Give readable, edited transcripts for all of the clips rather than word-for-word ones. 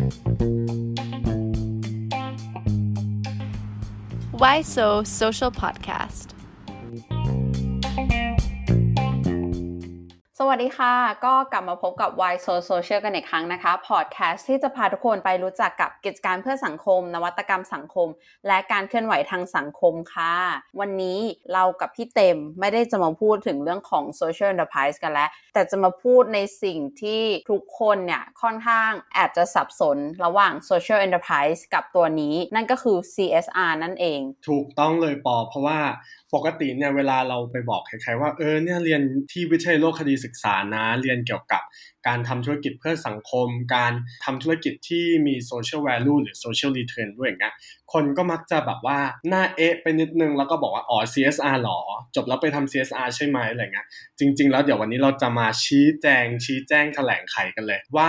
Why So Social Podcast สวัสดีค่ะก็กลับมาพบกับ Why So Social กันอีกครั้งนะคะพอดแคสต์ที่จะพาทุกคนไปรู้จักกับกิจการเพื่อสังคมนวัตกรรมสังคมและการเคลื่อนไหวทางสังคมค่ะวันนี้เรากับพี่เต็มไม่ได้จะมาพูดถึงเรื่องของ Social Enterprise กันแล้วแต่จะมาพูดในสิ่งที่ทุกคนเนี่ยค่อนข้างอาจจะสับสนระหว่าง Social Enterprise กับตัวนี้นั่นก็คือ CSR นั่นเองถูกต้องเลยปอเพราะว่าปกติเนี่ยเวลาเราไปบอกใครๆว่าเนี่ยเรียนที่วิทยาลัยโลกคดีศึกษานะเรียนเกี่ยวกับการทำธุรกิจเพื่อสังคมการทำธุรกิจที่มี social value หรือ social return ด้วยอย่างเงี้ยคนก็มักจะแบบว่าหน้าเอ๊ะไปนิดนึงแล้วก็บอกว่าCSR หรอจบแล้วไปทำ CSR ใช่ไหมอะไรเงี้ยจริงๆแล้วเดี๋ยววันนี้เราจะมาชี้แจงแถลงไขกันเลยว่า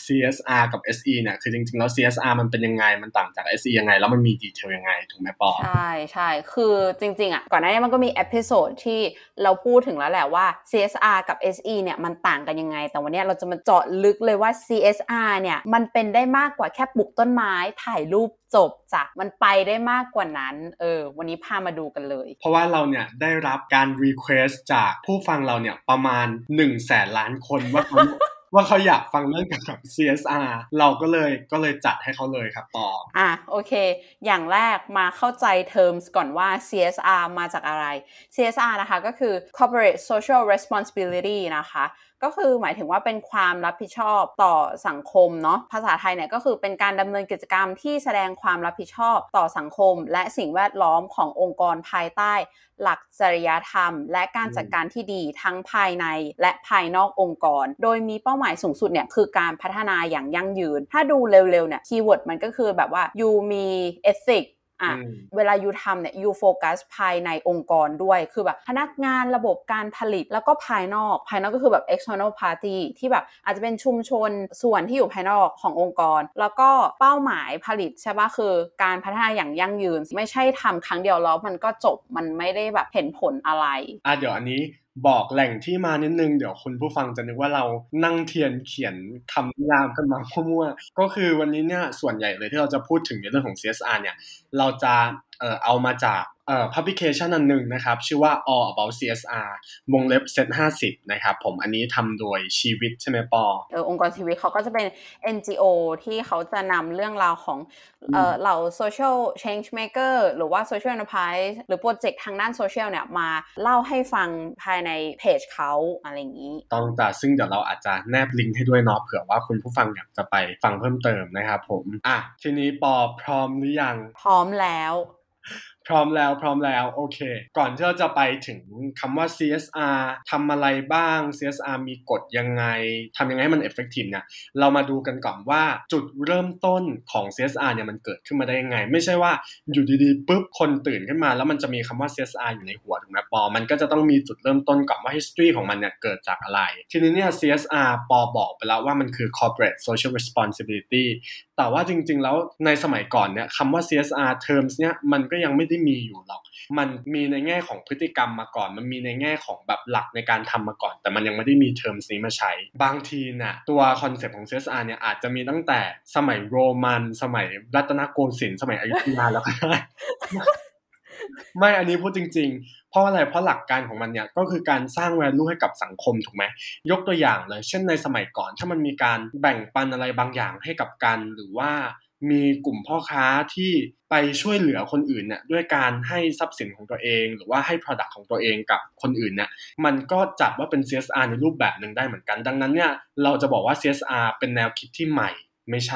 CSR กับ SE เนี่ยคือจริงๆแล้ว CSR มันเป็นยังไงมันต่างจาก SE ยังไงแล้วมันมีดีเทลยังไงถูกไหมปอใช่คือจริงๆก่อนหน้านี้มันก็มีเอพิโซดที่เราพูดถึงแล้วแหละว่า CSR กับ SE เนี่ยมันต่างกันยังไงแต่วันนี้เราจะมาเจาะลึกเลยว่า CSR เนี่ยมันเป็นได้มากกว่าแค่ปลูกต้นไม้ถ่ายรูปจบจ้ะมันไปได้มากกว่านั้นวันนี้พามาดูกันเลยเพราะว่าเราเนี่ยได้รับการ request จากผู้ฟังเราเนี่ยประมาณ 100,000 ล้านคนว่าเขาอยากฟังเรื่องเกี่ยวกับ CSR เราก็เลยจัดให้เขาเลยครับปอโอเคอย่างแรกมาเข้าใจ terms ก่อนว่า CSR มาจากอะไร CSR นะคะก็คือ Corporate Social Responsibility นะคะก็คือหมายถึงว่าเป็นความรับผิดชอบต่อสังคมเนาะภาษาไทยเนี่ยก็คือเป็นการดำเนินกิจกรรมที่แสดงความรับผิดชอบต่อสังคมและสิ่งแวดล้อมขององค์กรภายใต้หลักจริยธรรมและการจัดการที่ดีทั้งภายในและภายนอกองค์กรโดยมีเป้าหมายสูงสุดเนี่ยคือการพัฒนาอย่างยั่งยืนถ้าดูเร็วๆเนี่ยคีย์เวิร์ดมันก็คือแบบว่า you มี ethicเวลายูทำเนี่ยยูโฟกัสภายในองค์กรด้วยคือแบบพนักงานระบบการผลิตแล้วก็ภายนอกก็คือแบบ external party ที่แบบอาจจะเป็นชุมชนส่วนที่อยู่ภายนอกขององค์กรแล้วก็เป้าหมายผลิตใช่ป่ะคือการพัฒนาอย่างยั่งยืนไม่ใช่ทำครั้งเดียวแล้วมันก็จบมันไม่ได้แบบเห็นผลอะไรเดี๋ยวอันนี้บอกแหล่งที่มานิดนึงเดี๋ยวคุณผู้ฟังจะนึกว่าเรานั่งเทียนเขียนคำนิยามกันมามั่วๆก็คือวันนี้เนี่ยส่วนใหญ่เลยที่เราจะพูดถึงในเรื่องของ CSR เนี่ยเราจะเอามาจากpublication อันหนึ่งนะครับชื่อว่า All About CSR วงเล็บ Set 50นะครับผมอันนี้ทำโดยชีวิตใช่ไหมปอองค์กรชีวิตเขาก็จะเป็น NGO ที่เขาจะนำเรื่องราวของเหล่า social change maker หรือว่า social enterprise หรือโปรเจกต์ทางด้านโซเชียลเนี่ยมาเล่าให้ฟังภายในเพจเขาอะไรอย่างนี้ต้องจ้ะซึ่งเดี๋ยวเราอาจจะแนบลิงก์ให้ด้วยเนาะเผื่อว่าคุณผู้ฟังอยากจะไปฟังเพิ่มเติมนะครับผมทีนี้ปอพร้อมหรือยังพร้อมแล้วพร้อมแล้วโอเคก่อนที่เราจะไปถึงคำว่า CSR ทำอะไรบ้าง CSR มีกฎยังไงทำยังไงให้มัน effective เนี่ยเรามาดูกันก่อนว่าจุดเริ่มต้นของ CSR เนี่ยมันเกิดขึ้นมาได้ยังไงไม่ใช่ว่าอยู่ดีๆปุ๊บคนตื่นขึ้นมาแล้วมันจะมีคำว่า CSR อยู่ในหัวถูกไหมปอมันก็จะต้องมีจุดเริ่มต้นก่อนว่า history ของมันเนี่ยเกิดจากอะไรทีนี้เนี่ย CSR ปอบอกไปแล้วว่ามันคือ corporate social responsibility แต่ว่าจริงๆแล้วในสมัยก่อนเนี่ยคำว่า CSR terms เนี่ยมันก็ยังไม่ได้มีอยู่หรอกมันมีในแง่ของพฤติกรรมมาก่อนมันมีในแง่ของแบบหลักในการทำมาก่อนแต่มันยังไม่ได้มี terms นี้มาใช้บางทีเนี่ยตัวคอนเซ็ปต์ของ CSR เนี่ยอาจจะมีตั้งแต่สมัยโรมันสมัยรัตนโกสินทร์สมัยอยุธยาแล้วก็ได้ไม่อันนี้พูดจริงๆเพราะอะไรเพราะหลักการของมันเนี่ยก็คือการสร้าง value ให้กับสังคมถูกไหมยกตัวอย่างเลยเช่นในสมัยก่อนถ้ามันมีการแบ่งปันอะไรบางอย่างให้กับกันหรือว่ามีกลุ่มพ่อค้าที่ไปช่วยเหลือคนอื่นเนี่ยด้วยการให้ทรัพย์สินของตัวเองหรือว่าให้ product ของตัวเองกับคนอื่นเนี่ยมันก็จัดว่าเป็น CSR ในรูปแบบนึงได้เหมือนกันดังนั้นเนี่ยเราจะบอกว่า CSR เป็นแนวคิดที่ใหม่ไม่ใช่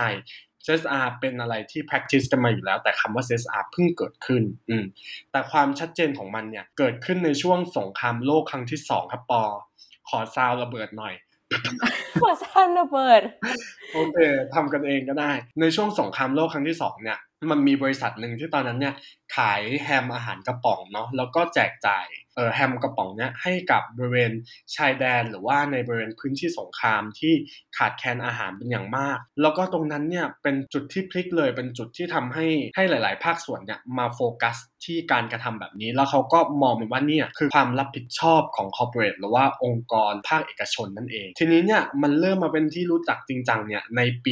CSR เป็นอะไรที่ practice กันมาอยู่แล้วแต่คำว่า CSR เพิ่งเกิดขึ้นแต่ความชัดเจนของมันเนี่ยเกิดขึ้นในช่วงสงครามโลกครั้งที่2ครับปอขอซาวระเบิดหน่อยขอซาวระเบิดโอเคทำกันเองก็ได้ในช่วงสงครามโลกครั้งที่2เนี่ยมันมีบริษัทหนึ่งที่ตอนนั้นเนี่ยขายแฮมอาหารกระป๋องเนาะแล้วก็แจกจ่ายแฮมกระป๋องเนี่ยให้กับบริเวณชายแดนหรือว่าในบริเวณพื้นที่สงครามที่ขาดแคลนอาหารเป็นอย่างมากแล้วก็ตรงนั้นเนี่ยเป็นจุดที่พลิกเลยเป็นจุดที่ทำให้หลายๆภาคส่วนเนี่ยมาโฟกัสที่การกระทำแบบนี้แล้วเขาก็มองมันว่าเนี่ยคือความรับผิดชอบของคอร์ปอเรทหรือว่าองค์กรภาคเอกชนนั่นเองทีนี้เนี่ยมันเริ่มมาเป็นที่รู้จักจริงจังเนี่ยในปี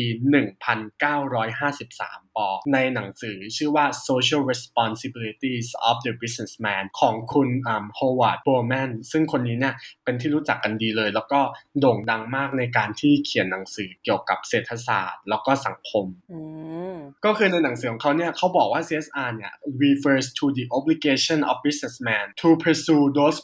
1953 ในหนังสือชื่อว่า Social Responsibilities of the Businessman ของคุณโฮวาร์ด โบแมนซึ่งคนนี้เนี่ยเป็นที่รู้จักกันดีเลยแล้วก็โด่งดังมากในการที่เขียนหนังสือเกี่ยวกับเศรษฐศาสตร์แล้วก็สังคมก็คือในหนังสือของเขาเนี่ยเขาบอกว่า CSR เนี่ย refers to the obligation of businessmen to pursue those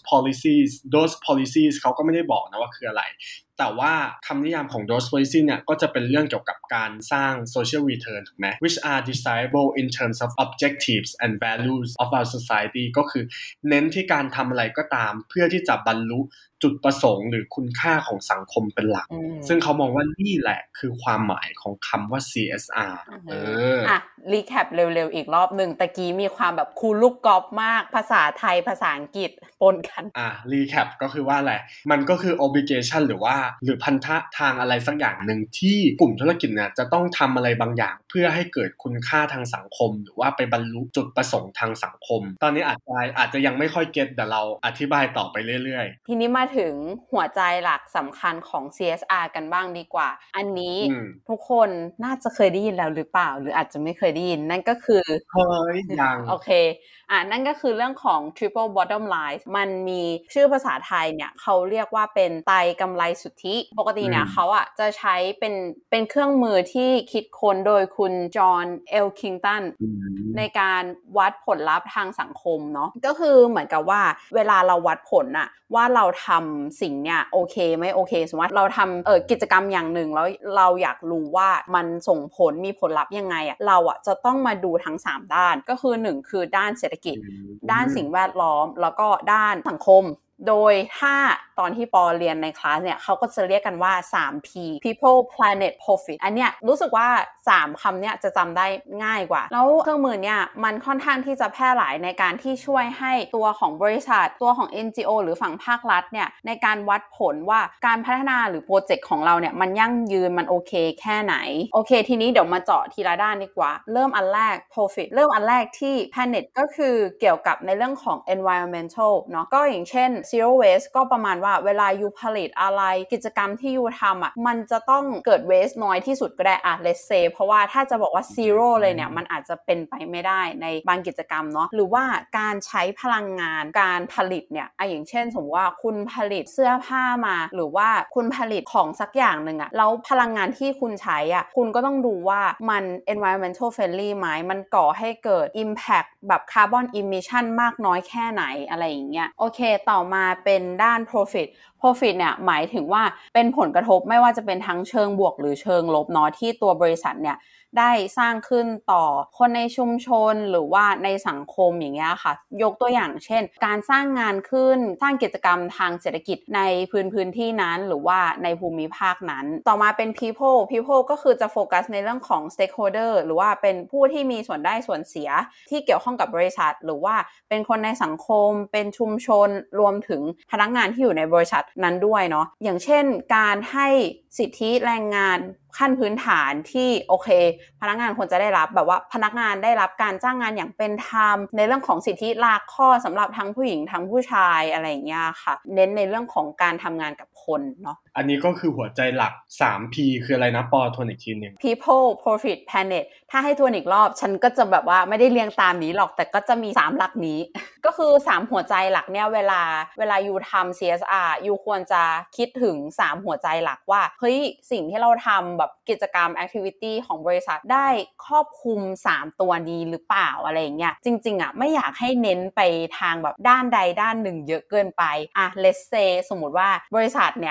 policies เขาก็ไม่ได้บอกนะว่าคืออะไรแต่ว่าคำนิยามของ those policy เนี่ยก็จะเป็นเรื่องเกี่ยวกับการสร้าง social return ถูกไหม which are desirable in terms of objectives and values of our society ก็คือเน้นที่การทำอะไรก็ตามเพื่อที่จะบรรลุจุดประสงค์หรือคุณค่าของสังคมเป็นหลักซึ่งเขามองว่านี่แหละคือความหมายของคำว่า CSR รีแคปเร็วๆอีกรอบหนึ่งตะกี้มีความแบบคูลูกกอล์ฟมากภาษาไทยภาษาอังกฤษปนกันรีแคปก็คือว่าอะไรมันก็คือ obligation หรือพันธะทางอะไรสักอย่างหนึ่งที่กลุ่มธุรกิจเนี่ยจะต้องทำอะไรบางอย่างเพื่อให้เกิดคุณค่าทางสังคมหรือว่าไปบรรลุจุดประสงค์ทางสังคมตอนนี้อาจจะยังไม่ค่อยเก็ตแต่เราอธิบายต่อไปเรื่อยๆทีนี้มาถึงหัวใจหลักสำคัญของ CSR กันบ้างดีกว่าอันนี้ทุกคนน่าจะเคยได้ยินแล้วหรือเปล่าหรืออาจจะไม่เคยได้ยินนั่นก็คือยังโอเคนั่นก็คือเรื่องของ triple bottom line มันมีชื่อภาษาไทยเนี่ยเขาเรียกว่าเป็นไตรกำไรสุทธิปกติเนี่ยเขาจะใช้เป็นเครื่องมือที่คิดค้นโดยคุณจอห์นเอลคิงตันในการวัดผลลัพธ์ทางสังคมเนาะก็คือเหมือนกับว่าเวลาเราวัดผลอะว่าเราทำสิ่งเนี่ยโอเคไม่โอเคสมมติเราทำกิจกรรมอย่างหนึ่งแล้วเราอยากรู้ว่ามันส่งผลมีผลลัพธ์ยังไงอะเราจะต้องมาดูทั้ง3ด้านก็คือ1คือด้านเศรษฐกิจด้านสิ่งแวดล้อมแล้วก็ด้านสังคมโดยถ้าตอนที่ปอเรียนในคลาสเนี่ยเขาก็จะเรียกกันว่า 3P People Planet Profit อันเนี้ยรู้สึกว่า3คำเนี้ยจะจำได้ง่ายกว่าแล้วเครื่องมือเนี่ยมันค่อนข้างที่จะแพร่หลายในการที่ช่วยให้ตัวของบริษัทตัวของ NGO หรือฝั่งภาครัฐเนี่ยในการวัดผลว่าการพัฒนาหรือโปรเจกต์ของเราเนี่ยมันยั่งยืนมันโอเคแค่ไหนโอเคทีนี้เดี๋ยวมาเจาะทีละด้านดีกว่าเริ่มอันแรก Profit เริ่มอันแรกที่ Planet ก็คือเกี่ยวกับในเรื่องของ environmental เนาะก็อย่างเช่นzero waste ก็ประมาณว่าเวลายูผลิตอะไรกิจกรรมที่ยูทำมันจะต้องเกิด waste น้อยที่สุดก็ได้let's say เพราะว่าถ้าจะบอกว่า zero เลยเนี่ยมันอาจจะเป็นไปไม่ได้ในบางกิจกรรมเนาะหรือว่าการใช้พลังงานการผลิตเนี่ยอย่างเช่นสมมติว่าคุณผลิตเสื้อผ้ามาหรือว่าคุณผลิตของสักอย่างนึงแล้วพลังงานที่คุณใช้คุณก็ต้องดูว่ามัน environmental friendly ไหมมันก่อให้เกิด impact แบบ carbon emission มากน้อยแค่ไหนอะไรอย่างเงี้ยโอเคต่อมาเป็นด้าน profit เนี่ยหมายถึงว่าเป็นผลกระทบไม่ว่าจะเป็นทั้งเชิงบวกหรือเชิงลบเนาะที่ตัวบริษัทเนี่ยได้สร้างขึ้นต่อคนในชุมชนหรือว่าในสังคมอย่างเงี้ยค่ะยกตัวอย่างเช่นการสร้างงานขึ้นสร้างกิจกรรมทางเศรษฐกิจในพื้นที่นั้นหรือว่าในภูมิภาคนั้นต่อมาเป็น people ก็คือจะโฟกัสในเรื่องของ stakeholder หรือว่าเป็นผู้ที่มีส่วนได้ส่วนเสียที่เกี่ยวข้องกับบริษัทหรือว่าเป็นคนในสังคมเป็นชุมชนรวมถึงพนักงานที่อยู่ในบริษัทนั้นด้วยเนาะอย่างเช่นการให้สิทธิแรงงานขั้นพื้นฐานที่โอเคพนักงานควรจะได้รับแบบว่าพนักงานได้รับการจ้างงานอย่างเป็นธรรมในเรื่องของสิทธิหลักข้อสำหรับทั้งผู้หญิงทั้งผู้ชายอะไรอย่างเงี้ยค่ะเน้นในเรื่องของการทำงานกับคนเนาะอันนี้ก็คือหัวใจหลัก 3P คืออะไรนะปอทวนอีกทีนึง People Profit Planet ถ้าให้ทวนอีกรอบฉันก็จะแบบว่าไม่ได้เรียงตามนี้หรอกแต่ก็จะมี3หลักนี้ ก็คือ3หัวใจหลักเนี่ยเวลายูทำ CSR ยูควรจะคิดถึง3หัวใจหลักว่าเฮ้ยสิ่งที่เราทำแบบกิจกรรม activity ของบริษัทได้ครอบคลุม3ตัวนี้หรือเปล่าอะไรอย่างเงี้ยจริงๆไม่อยากให้เน้นไปทางแบบด้านใดด้านหนึ่งเยอะเกินไปlet's say สมมุติว่าบริษัทเนี่ยแบบ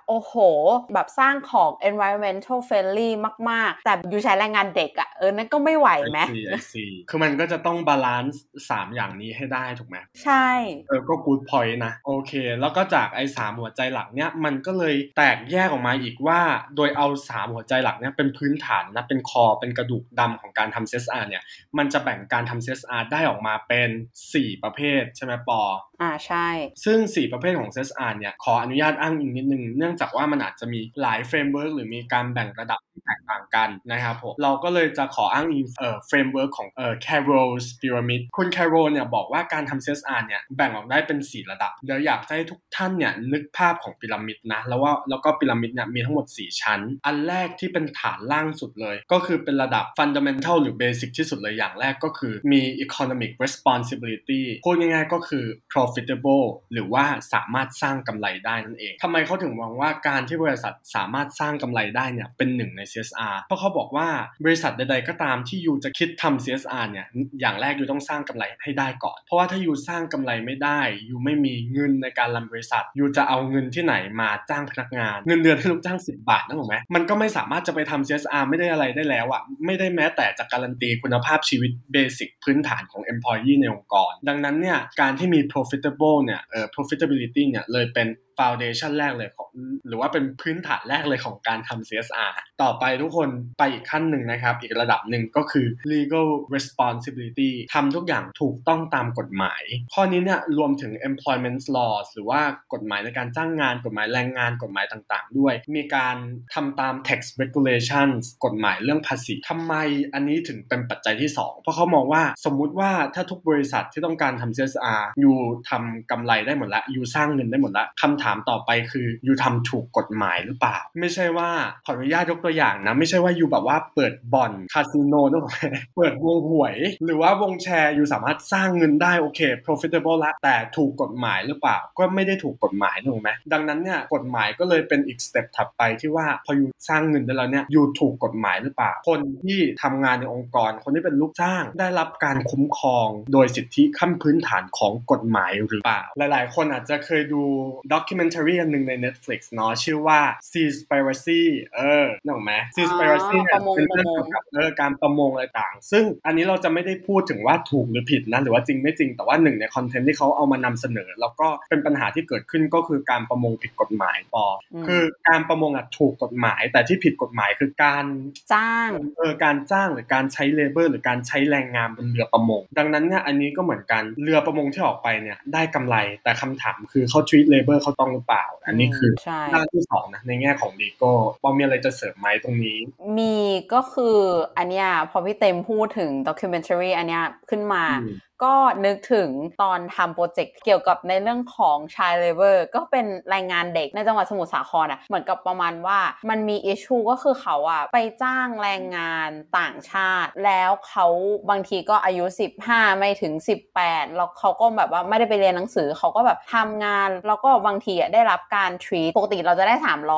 โอ้โหแบบสร้างของ environmental friendly มากๆแต่อยู่ใช้แรงงานเด็กอ่ะนั่นก็ไม่ไหวไหม I see คือมันก็จะต้องบาลานซ์3อย่างนี้ให้ได้ถูกไหมใช่ก็ good point นะโอเคแล้วก็จากไอ้3หัวใจหลักเนี่ยมันก็เลยแตกแยกออกมาอีกว่าโดยเอา3หัวใจหลักเนี่ยเป็นพื้นฐานนะเป็นคอเป็นกระดูกดำของการทำ CSR เนี่ยมันจะแบ่งการทำ CSR ได้ออกมาเป็น4ประเภทใช่ไหมปอใช่ซึ่ง4ประเภทของ CSR เนี่ยขออนุญาตอ้างอิงนิดนึงเนื่องจากว่ามันอาจจะมีหลายเฟรมเวิร์กหรือมีการแบ่งระดับที่แตกต่างกันนะครับผมเราก็เลยจะขออ้างอิงเฟรมเวิร์กของCarroll's Pyramid คุณ Carroll เนี่ยบอกว่าการทำ CSR เนี่ยแบ่งออกได้เป็น4ระดับเดี๋ยวอยากให้ทุกท่านเนี่ยนึกภาพของพีระมิดนะแล้วก็พีระมิดเนี่ยมีทั้งหมด4ชั้นอันแรกที่เป็นฐานล่างสุดเลยก็คือเป็นระดับ fundamental หรือ basic ที่สุดเลยอย่างแรกก็คือมี economic responsibility พูดง่ายๆก็คือ profitable หรือว่าสามารถสร้างกำไรได้นั่นเองทำไมเขาถึงมองว่าการที่บริษัทสามารถสร้างกำไรได้เนี่ยเป็นหนึ่งใน CSR เพราะเขาบอกว่าบริษัทใดๆก็ตามที่ยูจะคิดทำ CSR เนี่ยอย่างแรกยูต้องสร้างกำไรให้ได้ก่อนเพราะว่าถ้ายูสร้างกำไรไม่ได้ยูไม่มีเงินในการรันบริษัทยูจะเอาเงินที่ไหนมาจ้างพนักงานเงินเดือนให้ลูกจ้าง10 บาทนะถูกไหมมันก็ไม่สามารถจะไปทำ CSR ไม่ได้อะไรได้แล้วอ่ะไม่ได้แม้แต่จะการันตีคุณภาพชีวิตเบสิกพื้นฐานของ employee ในองค์กรดังนั้นเนี่ยการที่มี profitable เนี่ยprofitability เนี่ยเลยเป็นfoundation แรกเลยของหรือว่าเป็นพื้นฐานแรกเลยของการทำ CSR ต่อไปทุกคนไปอีกขั้นหนึ่งนะครับอีกระดับหนึ่งก็คือ legal responsibility ทำทุกอย่างถูกต้องตามกฎหมายข้อนี้เนี่ยรวมถึง employment laws หรือว่ากฎหมายในการจ้างงานกฎหมายแรงงานกฎหมายต่างๆด้วยมีการทำตาม tax regulations กฎหมายเรื่องภาษีทำไมอันนี้ถึงเป็นปัจจัยที่2เพราะเขามองว่าสมมุติว่าถ้าทุกบริษัทที่ต้องการทำ CSR อยู่ทำกำไรได้หมดแล้วอยู่สร้างเงินได้หมดแล้วคำถามต่อไปคือยูทำถูกกฎหมายหรือเปล่าไม่ใช่ว่าขออนุญาตยกตัวอย่างนะไม่ใช่ว่ายูแบบว่าเปิดบ่อนคาสิโนถูกไหมเปิดวงหวยหรือว่าวงแชร์ยูสามารถสร้างเงินได้โอเค profitable ละแต่ถูกกฎหมายหรือเปล่าก็ไม่ได้ถูกกฎหมายถูกไหมดังนั้นเนี่ยกฎหมายก็เลยเป็นอีกสเต็ปถัดไปที่ว่าพอยูสร้างเงินได้แล้วเนี่ยยูถูกกฎหมายหรือเปล่าคนที่ทำงานในองค์กรคนที่เป็นลูกจ้างได้รับการคุ้มครองโดยสิทธิขั้นพื้นฐานของกฎหมายหรือเปล่าหลายๆคนอาจจะเคยดูdocumentary อันนึงใน Netflix เนาะชื่อว่า Seaspiracy นึกออกไหม Seaspiracy เนี่ยเป็นเรื่องเกี่ยวกับการประมงอะไรต่างซึ่งอันนี้เราจะไม่ได้พูดถึงว่าถูกหรือผิดนะหรือว่าจริงไม่จริงแต่ว่าหนึ่งในคอนเทนต์ที่เขาเอามานำเสนอแล้วก็เป็นปัญหาที่เกิดขึ้นก็คือการประมงผิดกฎหมายคือการประมงถูกกฎหมายแต่ที่ผิดกฎหมายคือการจ้างการจ้างหรือการใช้เลเบอร์หรือการใช้แรงงานบนเรือประมงดังนั้นเนี่ยอันนี้ก็เหมือนกันเรือประมงที่ออกไปเนี่ยได้กำไรแต่คำถามคือเขา treat labor เขาต้องหรือเปล่าอันนี้คือด้านที่2นะในแง่ของ legal ปอมีอะไรจะเสริมไหมตรงนี้มีก็คืออันเนี้ยพอพี่เต็มพูดถึง documentary อันเนี้ยขึ้นมาก็นึกถึงตอนทำโปรเจกต์เกี่ยวกับในเรื่องของ child labor ก็เป็นแรงงานเด็กในจังหวัดสมุทรสาครเหมือนกับประมาณว่ามันมี issue ก็คือเขาไปจ้างแรงงานต่างชาติแล้วเขาบางทีก็อายุ15ไม่ถึง18แล้วเขาก็แบบว่าไม่ได้ไปเรียนหนังสือเขาก็แบบทำงานแล้วก็บางทีได้รับการ treat ปกติเราจะได้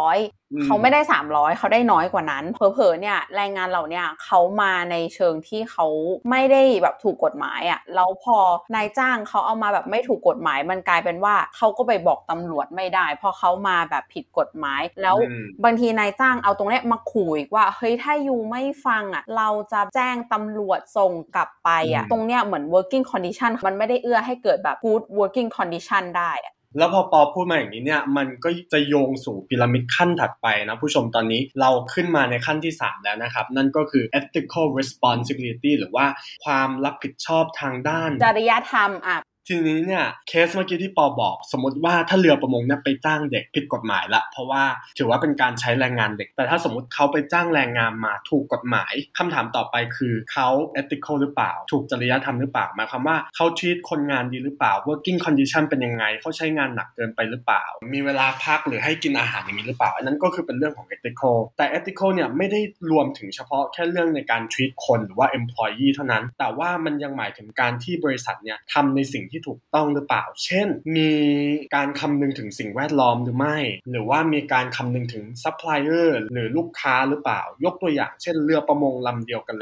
300เขาไม่ได้300เขาได้น้อยกว่านั้นเผลอๆเนี่ยแรงงานเหล่านี้เขามาในเชิงที่เขาไม่ได้แบบถูกกฎหมายแล้วพอนายจ้างเขาเอามาแบบไม่ถูกกฎหมายมันกลายเป็นว่าเขาก็ไปบอกตำรวจไม่ได้เพราะเขามาแบบผิดกฎหมายแล้วบางทีนายจ้างเอาตรงนี้มาขู่อีกว่าเฮ้ยถ้ายูไม่ฟังเราจะแจ้งตำรวจส่งกลับไปตรงเนี้ยเหมือน working condition มันไม่ได้เอื้อให้เกิดแบบ good working condition ได้แล้วพอปอพูดมาอย่างนี้เนี่ยมันก็จะโยงสู่พีระมิดขั้นถัดไปนะผู้ชมตอนนี้เราขึ้นมาในขั้นที่3แล้วนะครับนั่นก็คือ ethical responsibility หรือว่าความรับผิดชอบทางด้านจริยธรรมทีนี้เนี่ยเคสเมื่อกี้ที่ปอบอกสมมติว่าถ้าเรือประมงเนี่ยไปจ้างเด็กผิดกฎหมายละเพราะว่าถือว่าเป็นการใช้แรงงานเด็กแต่ถ้าสมมติเขาไปจ้างแรงงานมาถูกกฎหมายคำถามต่อไปคือเขา ethical หรือเปล่าถูกจริยธรรมหรือเปล่าหมายความว่าเขา treat คนงานดีหรือเปล่า working condition เป็นยังไงเขาใช้งานหนักเกินไปหรือเปล่ามีเวลาพักหรือให้กินอาหารอย่างนี้หรือเปล่าอันนั้นก็คือเป็นเรื่องของ ethical แต่ ethical เนี่ยไม่ได้รวมถึงเฉพาะแค่เรื่องในการ treat คนหรือว่า employee เท่านั้นแต่ว่ามันยังหมายถึงการที่บริษัทเนี่ยทำในสิ่งที่ถูกต้องหรือเปล่าเช่นมีการคำนึงถึงสิ่งแวดล้อมหรือไม่หรือว่ามีการคำนึงถึงซัพพลายเออร์หรือลูกค้าหรือเปล่ายกตัวอย่างเช่นเรือประมงลำเดียวกันเลย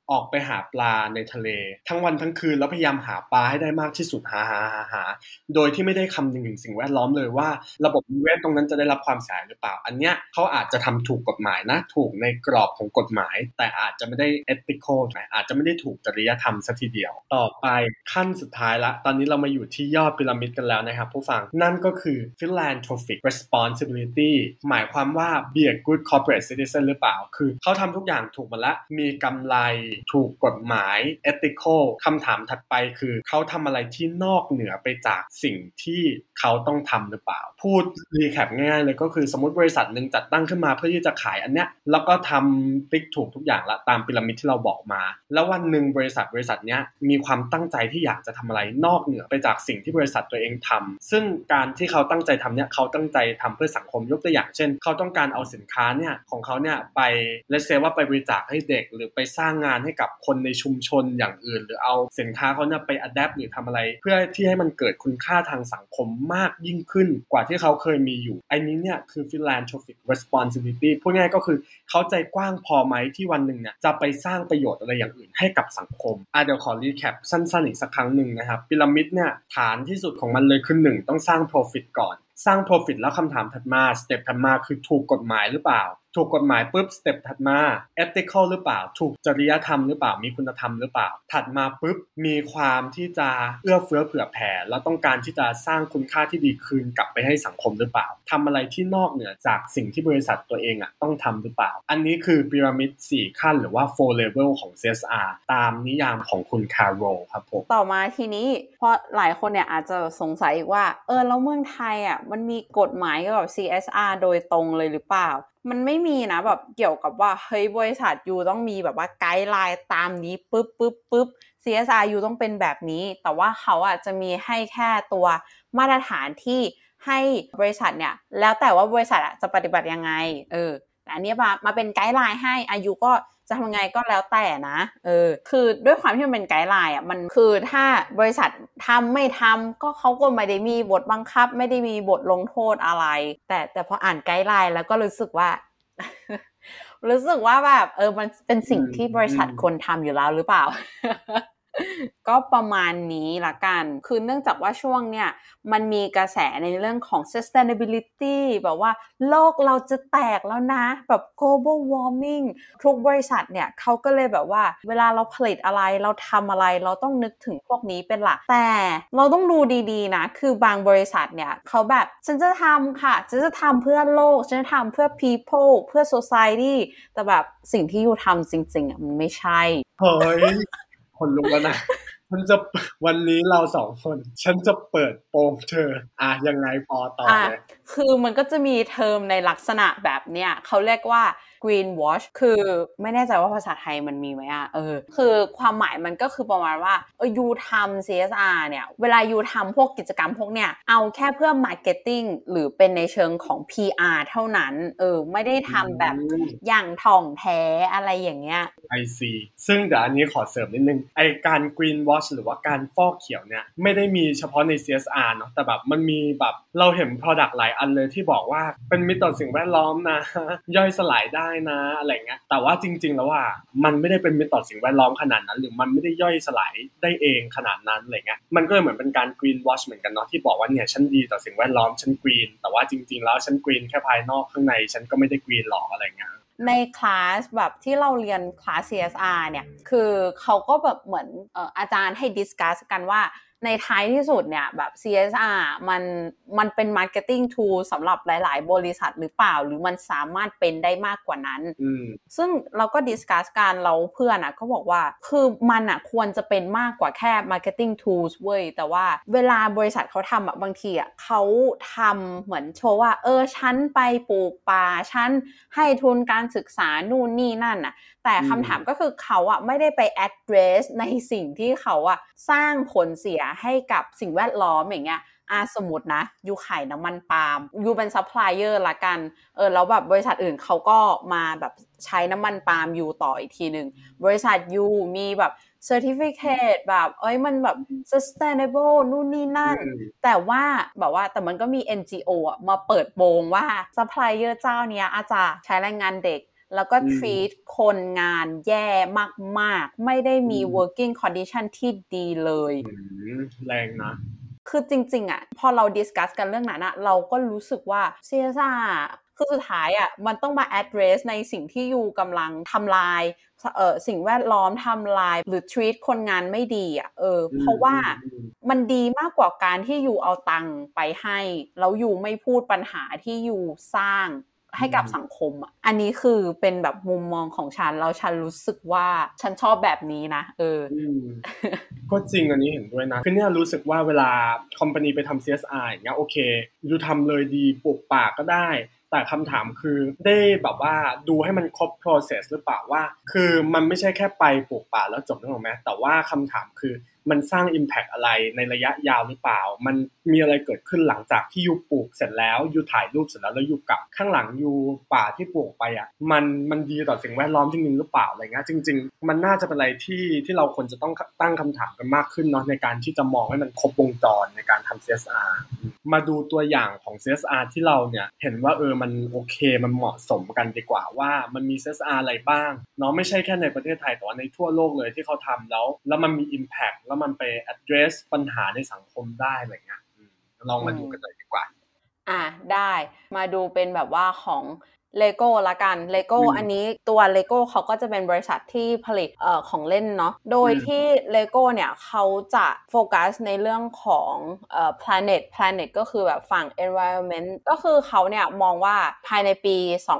ออกไปหาปลาในทะเลทั้งวันทั้งคืนแล้วพยายามหาปลาให้ได้มากที่สุดหาโดยที่ไม่ได้คำนึงถึงสิ่งแวดล้อมเลยว่าระบบนิเวศตรงนั้นจะได้รับความเสียหายหรือเปล่าอันเนี้ยเขาอาจจะทำถูกกฎหมายนะถูกในกรอบของกฎหมายแต่อาจจะไม่ได้ ethical อาจจะไม่ได้ถูกจริยธรรมซะทีเดียวต่อไปขั้นสุดท้ายละตอนนี้เรามาอยู่ที่ยอดพีระมิดกันแล้วนะครับผู้ฟังนั่นก็คือ philanthropic responsibility หมายความว่า be a good corporate citizen หรือเปล่าคือเขาทำทุกอย่างถูกหมดละมีกำไรถูกกฎหมาย ethical คำถามถัดไปคือเขาทำอะไรที่นอกเหนือไปจากสิ่งที่เขาต้องทำหรือเปล่าพูดรีแคปง่ายๆเลยก็คือสมมติบริษัทนึงจัดตั้งขึ้นมาเพื่อที่จะขายอันเนี้ยแล้วก็ทำติ๊กถูกทุกอย่างละตามพีระมิดที่เราบอกมาแล้ววันนึงบริษัทเนี้ยมีความตั้งใจที่อยากจะทำอะไรนอกเหนือไปจากสิ่งที่บริษัทตัวเองทำซึ่งการที่เขาตั้งใจทำเนี้ยเขาตั้งใจทำเพื่อสังคมยกตัวอย่างเช่นเขาต้องการเอาสินค้าเนี่ยของเขาเนี่ยไปlet's sayว่าไปบริจาคให้เด็กหรือไปสร้างงานให้กับคนในชุมชนอย่างอื่นหรือเอาสินค้าเขาเนี่ยไป adapt หรือทำอะไรเพื่อที่ให้มันเกิดคุณค่าทางสังคมมากยิ่งขึ้นกว่าที่เขาเคยมีอยู่ไอ้นี้เนี่ยคือ philanthropic responsibility พูดง่ายก็คือเขาใจกว้างพอไหมที่วันหนึ่งเนี่ยจะไปสร้างประโยชน์อะไรอย่างอื่นให้กับสังคมเดี๋ยวขอรีแคปสั้นๆอีกสักครั้งหนึ่งนะครับพีระมิดเนี่ยฐานที่สุดของมันเลยคือ1ต้องสร้าง profit ก่อนสร้าง profit แล้วคำถามถัดมาสเต็ปถัดมาคือถูกกฎหมายหรือเปล่าถูกกฎหมายปุ๊บสเต็ปถัดมา ethical หรือเปล่าถูกจริยธรรมหรือเปล่ามีคุณธรรมหรือเปล่าถัดมาปุ๊บมีความที่จะเอื้อเฟื้อเผื่อแผ่แล้วต้องการที่จะสร้างคุณค่าที่ดีคืนกลับไปให้สังคมหรือเปล่าทำอะไรที่นอกเหนือจากสิ่งที่บริษัทตัวเองต้องทำหรือเปล่าอันนี้คือพีระมิด4ขั้นหรือว่า4 level ของ CSR ตามนิยามของคุณคาร์โรครับผมต่อมาทีนี้เพราะหลายคนเนี่ยอาจจะสงสัยว่าแล้วเมืองไทยมันมีกฎหมายเกี่ยวกับ CSR โดยตรงเลยหรือเปล่ามันไม่มีนะแบบเกี่ยวกับว่าเฮ้ยบริษัทยูต้องมีแบบว่าไกด์ไลน์ตามนี้ปึ๊บ CSR ยูต้องเป็นแบบนี้แต่ว่าเขาจะมีให้แค่ตัวมาตรฐานที่ให้บริษัทเนี่ยแล้วแต่ว่าบริษัทจะปฏิบัติยังไงแต่อันนี้มาเป็นไกด์ไลน์ให้อายุก็จะทำยังไงก็แล้วแต่นะคือด้วยความที่มันเป็นไกด์ไลน์มันคือถ้าบริษัททำไม่ทำก็เขาก็ไม่ได้มีบทบังคับไม่ได้มีบทลงโทษอะไรแต่พออ่านไกด์ไลน์แล้วก็รู้สึกว่า รู้สึกว่าแบบมันเป็นสิ่งที่บริษัทควรทำอยู่แล้วหรือเปล่า ก็ประมาณนี้ละกันคือเนื่องจากว่าช่วงเนี่ยมันมีกระแสในเรื่องของ sustainability แบบว่าโลกเราจะแตกแล้วนะแบบ global warming ทุกบริษัทเนี่ยเขาก็เลยแบบว่าเวลาเราผลิตอะไรเราทำอะไรเราต้องนึกถึงพวกนี้เป็นหลักแต่เราต้องดูดีๆนะคือบางบริษัทเนี่ยเขาแบบฉันจะทำค่ะฉันจะทำเพื่อโลกฉันจะทำเพื่อ people เพื่อ society แต่แบบสิ่งที่อยู่ทำจริงๆมันไม่ใช่เฮ้ยคนลุกแล้วนะฉันจะวันนี้เรา2คนฉันจะเปิดโปงเธอยังไงพอต่อเลยคือมันก็จะมีเทอมในลักษณะแบบเนี้ยเขาเรียกว่า green wash คือไม่แน่ใจว่าภาษาไทยมันมีไหมคือความหมายมันก็คือประมาณว่ายูทำ CSR เนี่ยเวลายูทำพวกกิจกรรมพวกเนี้ยเอาแค่เพื่อ marketing หรือเป็นในเชิงของ PR เท่านั้นไม่ได้ทำแบบอย่างถ่องแท้อะไรอย่างเงี้ย I see ซึ่งเดี๋ยวอันนี้ขอเสริมนิดนึงไอการ green wash หรือว่าการฟอกเขียวเนี่ยไม่ได้มีเฉพาะใน CSR เนาะแต่แบบมันมีแบบเราเห็น product หลายอันเลยที่บอกว่าเป็นมิตรต่อสิ่งแวดล้อมนะย่อยสลายได้นะอะไรเงี้ยแต่ว่าจริงๆแล้วว่ามันไม่ได้เป็นมิตรต่อสิ่งแวดล้อมขนาดนั้นหรือมันไม่ได้ย่อยสลายได้เองขนาดนั้นอะไรเงี้ยมันก็เลยเหมือนเป็นการ green wash เหมือนกันเนาะที่บอกว่าเนี่ยฉันดีต่อสิ่งแวดล้อมฉัน green แต่ว่าจริงๆแล้วฉัน green แค่ภายนอกข้างในฉันก็ไม่ได้ green หรอกอะไรเงี้ยในคลาสแบบที่เราเรียนคลาส CSR เนี่ยคือเขาก็แบบเหมือนอาจารย์ให้ดิสคัสกันว่าในท้ายที่สุดเนี่ยแบบ CSR มันเป็น marketing tool สำหรับหลายๆบริษัทหรือเปล่าหรือมันสามารถเป็นได้มากกว่านั้นซึ่งเราก็ดิสคัสกันเราเพื่อนก็บอกว่าคือมันควรจะเป็นมากกว่าแค่ marketing tools เว้ยแต่ว่าเวลาบริษัทเขาทำบางทีเขาทำเหมือนโชว์ว่าฉันไปปลูกป่าฉันให้ทุนการศึกษานู่นนี่นั่นแต่คำถามก็คือเขาไม่ได้ไป address ในสิ่งที่เขาสร้างผลเสียให้กับสิ่งแวดล้อมอย่างเงี้ยสมมุตินะยูขายน้ำมันปาล์มยูเป็นซัพพลายเออร์ละกันแล้วแบบบริษัทอื่นเขาก็มาแบบใช้น้ำมันปาล์มยูต่ออีกทีนึงบริษัทยูมีแบบ certificate แบบมันแบบ sustainable นู่นนี่นั่นแต่ว่าแบบว่าแต่มันก็มี NGO มาเปิดโปงว่าซัพพลายเออร์เจ้าเนี้ยอาจจะใช้แรงงานเด็กแล้วก็ treat คคนงานแย่มากๆไม่ได้มี working condition ที่ดีเลยแรงนะคือจริงๆอ่ะพอเราดิสคัสกันเรื่องนั้นอ่ะเราก็รู้สึกว่า CSR คือสุดท้ายอ่ะมันต้องมา address ในสิ่งที่อยู่กำลังทำลายสิ่งแวดล้อมทำลายหรือ treat คนงานไม่ดีอ่ะเพราะว่ามันดีมากกว่าการที่อยู่เอาตังค์ไปให้แล้วอยู่ไม่พูดปัญหาที่อยู่สร้างให้กับสังคมอ่ะอันนี้คือเป็นแบบมุมมองของฉันแล้วฉันรู้สึกว่าฉันชอบแบบนี้นะก็จริงอันนี้เห็นด้วยนะคือเนี่ยรู้สึกว่าเวลาคอมพานีไปทำ CSR อย่างเงี้ยโอเคอยู่ทำเลยดีปลูกป่าก็ได้แต่คำถามคือได้แบบว่าดูให้มันครบ process หรือเปล่าว่าคือมันไม่ใช่แค่ไปปลูกป่าแล้วจบนึกออกไหมแต่ว่าคำถามคือมันสร้าง impact อะไรในระยะยาวหรือเปล่ามันมีอะไรเกิดขึ้นหลังจากที่ยูปลูกเสร็จแล้วยูถ่ายรูปเสร็จแล้วยูกลับข้างหลังยูป่าที่ปลูกไปอ่ะมันดีต่อสิ่งแวดล้อมจริงๆหรือเปล่าอะไรเงี้ยจริงๆมันน่าจะเป็นอะไรที่เราควรจะต้องตั้งคำถามกันมากขึ้นเนาะในการที่จะมองให้มันครบวงจรในการทำ CSR มาดูตัวอย่างของ CSR ที่เราเนี่ยเห็นว่ามันโอเคมันเหมาะสมกันดีกว่าว่ามันมี CSR อะไรบ้างเนาะไม่ใช่แค่ในประเทศไทยแต่ว่าในทั่วโลกเลยที่เขาทำแล้วมันมี impact แล้วมันไป address ปัญหาในสังคมได้อะไรเงี้ยลองมาดูกันเลยดีกว่าได้มาดูเป็นแบบว่าของLego ละกัน Lego อันนี้ตัว Lego เขาก็จะเป็นบริษัทที่ผลิตของเล่นเนาะโดยที่ Lego เนี่ยเขาจะโฟกัสในเรื่องของplanet ก็คือแบบฝั่ง environment ก็คือเขาเนี่ยมองว่าภายในปี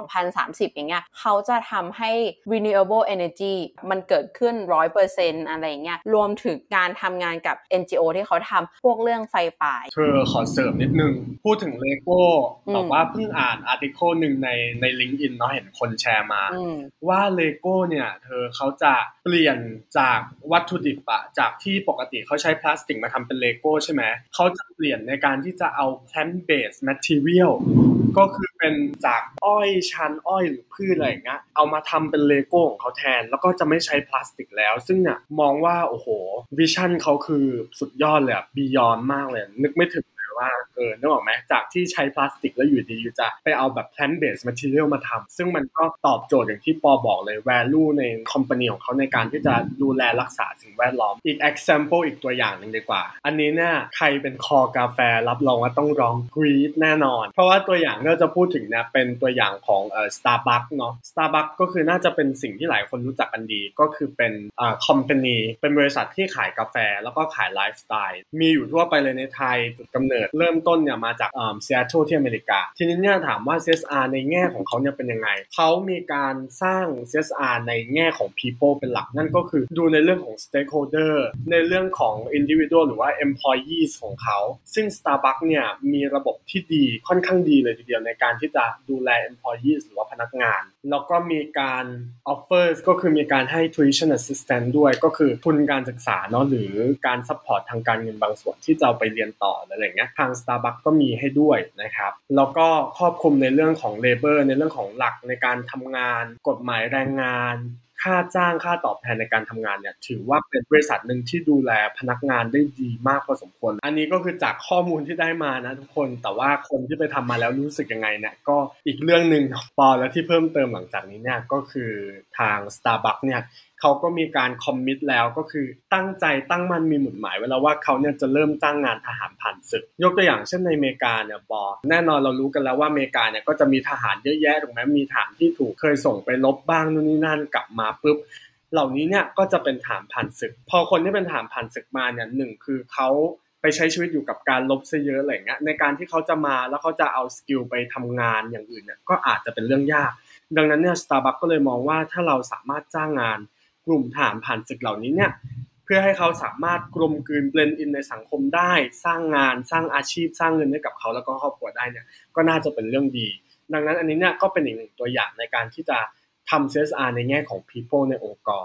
2030 อย่างเงี้ยเขาจะทำให้ renewable energy มันเกิดขึ้น 100% อะไรเงี้ยรวมถึงการทำงานกับ NGO ที่เขาทำพวกเรื่องไฟป่าขอเสริมนิดนึงพูดถึง Lego แต่ว่าเพิ่งอ่านอาร์ติเคิลนึงใน LinkedIn เนาะเห็นคนแชร์มาว่า Lego เนี่ยเขาจะเปลี่ยนจากวัตถุดิบอะจากที่ปกติเขาใช้พลาสติกมาทำเป็น Lego ใช่ไหมเขาจะเปลี่ยนในการที่จะเอา plant based material ก็คือเป็นจากอ้อยชั้นอ้อยหรือพืชอะไรอย่างเงี้ยเอามาทำเป็น Lego ของเขาแทนแล้วก็จะไม่ใช้พลาสติกแล้วซึ่งเนี่ยมองว่าโอ้โหวิชั่นเขาคือสุดยอดเลยอะ Beyond มากเลยนึกไม่ถึงว่านึกออกไหมจากที่ใช้พลาสติกแล้วอยู่ดีอยู่จะไปเอาแบบ plant based material มาทำซึ่งมันก็ตอบโจทย์อย่างที่ปอบอกเลย value ใน company ของเขาในการที่จะดูแลรักษาสิ่งแวดล้อมอีก example อีกตัวอย่างนึงดีกว่าอันนี้เนี่ยใครเป็นคอกาแฟรับรองว่าต้องร้องกรี๊ดแน่นอนเพราะว่าตัวอย่างที่เราจะพูดถึงเนี่ยเป็นตัวอย่างของStarbucks เนาะ Starbucks ก็คือน่าจะเป็นสิ่งที่หลายคนรู้จักกันดีก็คือเป็นcompany เป็นบริษัทที่ขายกาแฟแล้วก็ขายไลฟ์สไตล์มีอยู่ทั่วไปเลยในไทยจุดกำเนิดเริ่มต้นเนี่ยมาจากซีแอตเทิลที่อเมริกาทีนี้เนี่ยถามว่า CSR ในแง่ของเขาเนี่ยเป็นยังไงเขามีการสร้าง CSR ในแง่ของ people เป็นหลักนั่นก็คือดูในเรื่องของ stakeholder ในเรื่องของ individual หรือว่า employees ของเขาซึ่ง Starbucks เนี่ยมีระบบที่ดีค่อนข้างดีเลยทีเดียวในการที่จะดูแล employees หรือว่าพนักงานแล้วก็มีการ offers ก็คือมีการให้ tuition assistance ด้วยก็คือทุนการศึกษาเนาะหรือการ support ทางการเงินบางส่วนที่จะเอาไปเรียนต่ออะไรอย่างเงี้ยทาง Starbucks ก็มีให้ด้วยนะครับแล้วก็ครอบคลุมในเรื่องของ labor ในเรื่องของหลักในการทำงานกฎหมายแรงงานค่าจ้างค่าตอบแทนในการทำงานเนี่ยถือว่าเป็นบริษัทหนึ่งที่ดูแลพนักงานได้ดีมากพอสมควรอันนี้ก็คือจากข้อมูลที่ได้มานะทุกคนแต่ว่าคนที่ไปทำมาแล้วรู้สึกยังไงเนี่ยก็อีกเรื่องนึงปอแล้วที่เพิ่มเติมหลังจากนี้เนี่ยก็คือทาง Starbucks เนี่ยเขาก็มีการคอมมิตแล้วก็คือตั้งใจตั้งมั่นมีหมุดหมายไว้แล้วว่าเขาเนี่ยจะเริ่มจ้างงานทหารผ่านศึกยกตัวอย่างเช่นในอเมริกาเนี่ยปอแน่นอนเรารู้กันแล้วว่าอเมริกาเนี่ยก็จะมีทหารเยอะแยะถูกไหมมีทหารที่ถูกเคยส่งไปรบบ้างนู่นนี่นั่นกลับมาปุ๊บเหล่านี้เนี่ยก็จะเป็นทหารผ่านศึกพอคนที่เป็นทหารผ่านศึกมาเนี่ยหนึ่งคือเขาไปใช้ชีวิตอยู่กับการรบซะเยอะอะไรเงี้ยในการที่เขาจะมาแล้วเขาจะเอาสกิลไปทำงานอย่างอื่นเนี่ยก็อาจจะเป็นเรื่องยากดังนั้นเนี่ย Starbucks ก็เลยมองว่าถ้าเราสามารถจ้างงานกลุ่มทหารผ่านศึกเหล่านี้เนี่ยเพื่อให้เขาสามารถกลมกลืนเบลนด์อินในสังคมได้สร้างงานสร้างอาชีพสร้างเงินให้กับเขาแล้วก็ครอบครัวได้เนี่ยก็น่าจะเป็นเรื่องดีดังนั้นอันนี้เนี่ยก็เป็นอีกหนึ่งตัวอย่างในการที่จะทำ CSR ในแง่ของ people ในองค์กร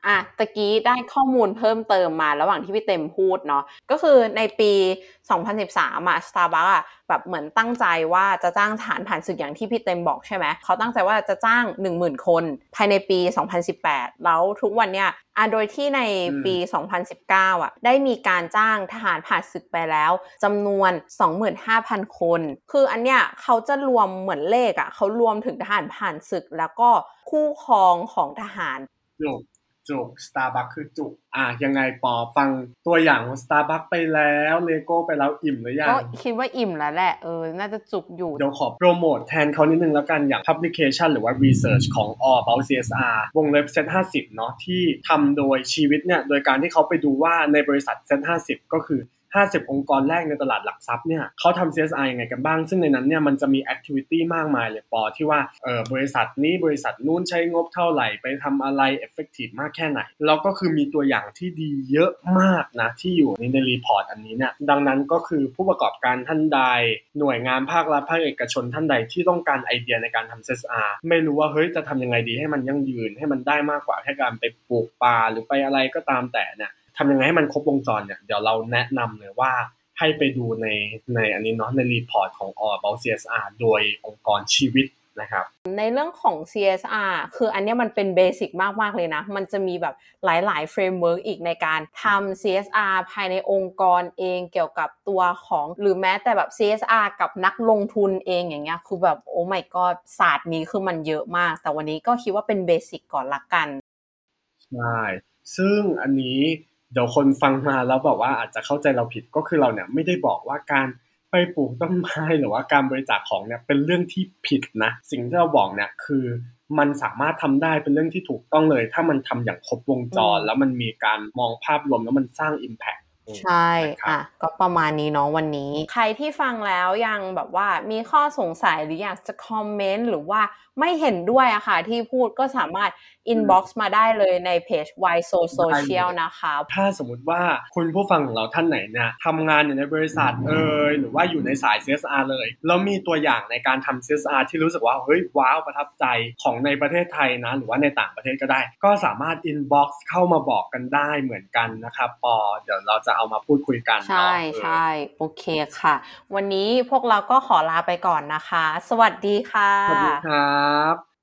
ตะกี้ได้ข้อมูลเพิ่มเติมมาระหว่างที่พี่เต็มพูดเนาะก็คือในปี2013Starbucks แบบเหมือนตั้งใจว่าจะจ้างทหารผ่านศึกอย่างที่พี่เต็มบอกใช่ไหมเขาตั้งใจว่าจะจ้าง 10,000 คนภายในปี2018แล้วทุกวันเนี่ยโดยที่ในปี2019ได้มีการจ้างทหารผ่านศึกไปแล้วจำนวน 25,000 คนคืออันเนี้ยเขาจะรวมเหมือนเลขเขารวมถึงทหารผ่านศึกแล้วก็คู่ครองของทหารจุก Starbucks คือจุกยังไงปอฟังตัวอย่างของ Starbucks ไปแล้วเลโก้ไปแล้วอิ่มหรือยังก็คิดว่าอิ่มแล้วแหละน่าจะจุกอยู่เดี๋ยวขอโปรโมทแทนเขานิดนึงแล้วกันอย่าง publication หรือว่า research ของ All About CSR วงเล็บ Z50 เนาะที่ทำโดยชีวิตเนี่ยโดยการที่เขาไปดูว่าในบริษัท Z50 ก็คือ50องค์กรแรกในตลาดหลักทรัพย์เนี่ยเขาทำ CSR ยังไงกันบ้างซึ่งในนั้นเนี่ยมันจะมี activity มากมายเลยปอที่ว่าบริษัทนี้บริษัทนู้นใช้งบเท่าไหร่ไปทำอะไร effective มากแค่ไหนแล้วก็คือมีตัวอย่างที่ดีเยอะมากนะที่อยู่ในรีพอร์ตอันนี้เนี่ยดังนั้นก็คือผู้ประกอบการท่านใดหน่วยงานภาครัฐภาคเอกชนท่านใดที่ต้องการไอเดียในการทำ CSR ไม่รู้ว่าเฮ้ยจะทำยังไงดีให้มันยั่งยืนให้มันได้มากกว่าแค่การไปปลูกป่าหรือไปอะไรก็ตามแต่เนี่ยทำยังไงให้มันครบวงจรเนี่ยเดี๋ยวเราแนะนำเลยว่าให้ไปดูในอันนี้เนาะในรีพอร์ตของ All About CSR โดยองค์กรชีวิตนะครับในเรื่องของ CSR คืออันนี้มันเป็นเบสิกมากๆเลยนะมันจะมีแบบหลายๆเฟรมเวิร์กอีกในการทำ CSR ภายในองค์กรเองเกี่ยวกับตัวของหรือแม้แต่แบบ CSR กับนักลงทุนเองอย่างเงี้ยคือแบบโอ้ my god ศาสตร์นี้คือมันเยอะมากแต่วันนี้ก็คิดว่าเป็นเบสิกก่อนละกันใช่ซึ่งอันนี้เดี๋ยวคนฟังมาแล้วบอกว่าอาจจะเข้าใจเราผิดก็คือเราเนี่ยไม่ได้บอกว่าการไปปลูกต้นไม้หรือว่าการบริจาคของเนี่ยเป็นเรื่องที่ผิดนะสิ่งที่เราบอกเนี่ยคือมันสามารถทำได้เป็นเรื่องที่ถูกต้องเลยถ้ามันทำอย่างครบวงจรแล้วมันมีการมองภาพรวมแล้วมันสร้าง impact ใช่ก็ประมาณนี้เนาะวันนี้ใครที่ฟังแล้วยังแบบว่ามีข้อสงสัยหรืออยากจะคอมเมนต์หรือว่าไม่เห็นด้วยค่ะที่พูดก็สามารถ inbox มาได้เลยในเพจ Why So Social นะคะถ้าสมมุติว่าคุณผู้ฟังของเราท่านไหนเนี่ยทำงานอยู่ในบริษัทหรือว่าอยู่ในสาย CSR เลยแล้วมีตัวอย่างในการทำ CSR ที่รู้สึกว่าเฮ้ยว้าวประทับใจของในประเทศไทยนะหรือว่าในต่างประเทศก็ได้ก็สามารถ inbox เข้ามาบอกกันได้เหมือนกันนะครับปอเดี๋ยวเราจะเอามาพูดคุยกันใช่โอเคค่ะวันนี้พวกเราก็ขอลาไปก่อนนะคะสวัสดีค่ะสวัสดีครับ